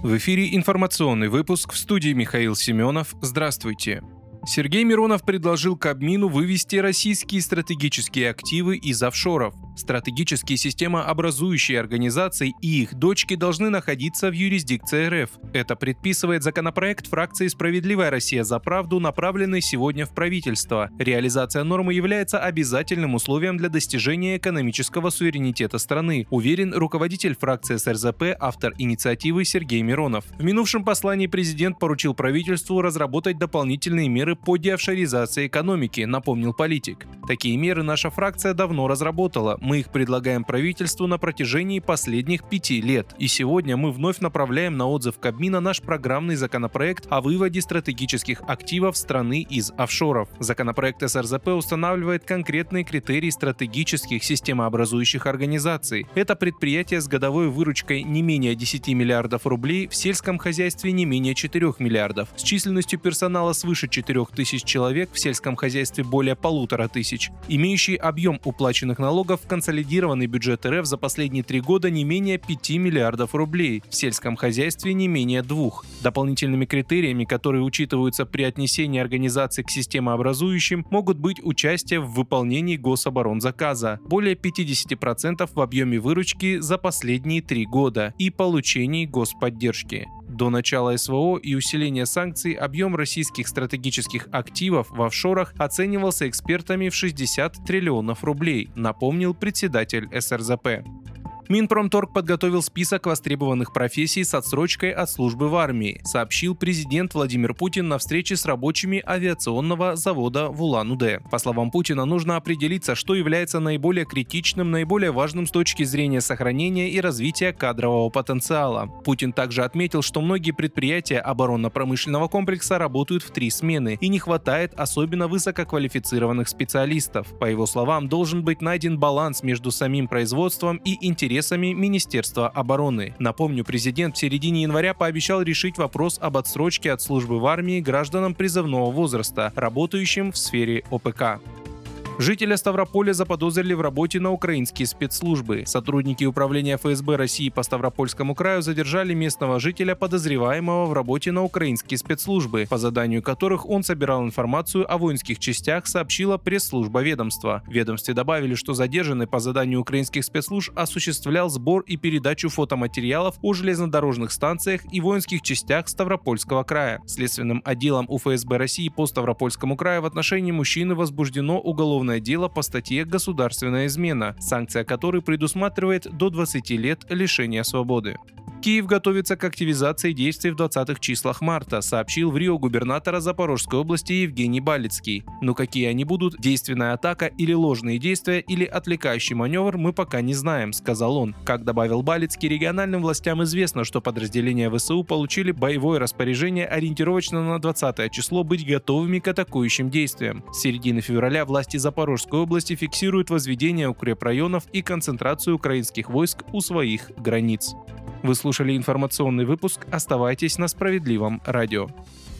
В эфире информационный выпуск, в студии Михаил Семенов. Здравствуйте. Сергей Миронов предложил Кабмину вывести российские стратегические активы из офшоров. Стратегические системообразующие организации и их дочки должны находиться в юрисдикции РФ. Это предписывает законопроект фракции «Справедливая Россия за правду», направленный сегодня в правительство. Реализация нормы является обязательным условием для достижения экономического суверенитета страны, уверен руководитель фракции СРЗП, автор инициативы Сергей Миронов. В минувшем послании президент поручил правительству разработать дополнительные меры по деофшоризации экономики, напомнил политик. Такие меры наша фракция давно разработала. Мы их предлагаем правительству на протяжении последних 5 лет. И сегодня мы вновь направляем на отзыв Кабмина наш программный законопроект о выводе стратегических активов страны из офшоров. Законопроект СРЗП устанавливает конкретные критерии стратегических системообразующих организаций. Это предприятия с годовой выручкой не менее 10 миллиардов рублей, в сельском хозяйстве не менее 4 миллиардов, с численностью персонала свыше 4000 человек, в сельском хозяйстве более 1500, имеющие объем уплаченных налогов в консолидированный бюджет РФ за последние 3 года не менее 5 миллиардов рублей, в сельском хозяйстве не менее 2. Дополнительными критериями, которые учитываются при отнесении организаций к системообразующим, могут быть участие в выполнении гособоронзаказа, более 50% в объеме выручки за последние 3 года и получении господдержки. До начала СВО и усиления санкций объем российских стратегических активов в офшорах оценивался экспертами в 60 триллионов рублей, напомнил председатель СРЗП. Минпромторг подготовил список востребованных профессий с отсрочкой от службы в армии, сообщил президент Владимир Путин на встрече с рабочими авиационного завода в Улан-Удэ. По словам Путина, нужно определиться, что является наиболее критичным, наиболее важным с точки зрения сохранения и развития кадрового потенциала. Путин также отметил, что многие предприятия оборонно-промышленного комплекса работают в 3 смены и не хватает особенно высококвалифицированных специалистов. По его словам, должен быть найден баланс между самим производством и интересами Министерства обороны. Напомню, президент в середине января пообещал решить вопрос об отсрочке от службы в армии гражданам призывного возраста, работающим в сфере ОПК. Жителя Ставрополя заподозрили в работе на украинские спецслужбы. Сотрудники управления ФСБ России по Ставропольскому краю задержали местного жителя, подозреваемого в работе на украинские спецслужбы, по заданию которых он собирал информацию о воинских частях, сообщила пресс-служба ведомства. В ведомстве добавили, что задержанный по заданию украинских спецслужб осуществлял сбор и передачу фотоматериалов о железнодорожных станциях и воинских частях Ставропольского края. Следственным отделом УФСБ России по Ставропольскому краю в отношении мужчины возбуждено уголовное дело по статье «Государственная измена», санкция которой предусматривает до 20 лет лишения свободы. Киев готовится к активизации действий в 20-х числах марта, сообщил в Рио губернатора Запорожской области Евгений Балицкий. Но какие они будут, действенная атака или ложные действия, или отвлекающий маневр, мы пока не знаем, сказал он. Как добавил Балицкий, региональным властям известно, что подразделения ВСУ получили боевое распоряжение ориентировочно на 20 число быть готовыми к атакующим действиям. С середины февраля власти Запорожской области фиксируют возведение укрепрайонов и концентрацию украинских войск у своих границ. Вы слушали информационный выпуск. Оставайтесь на Справедливом радио.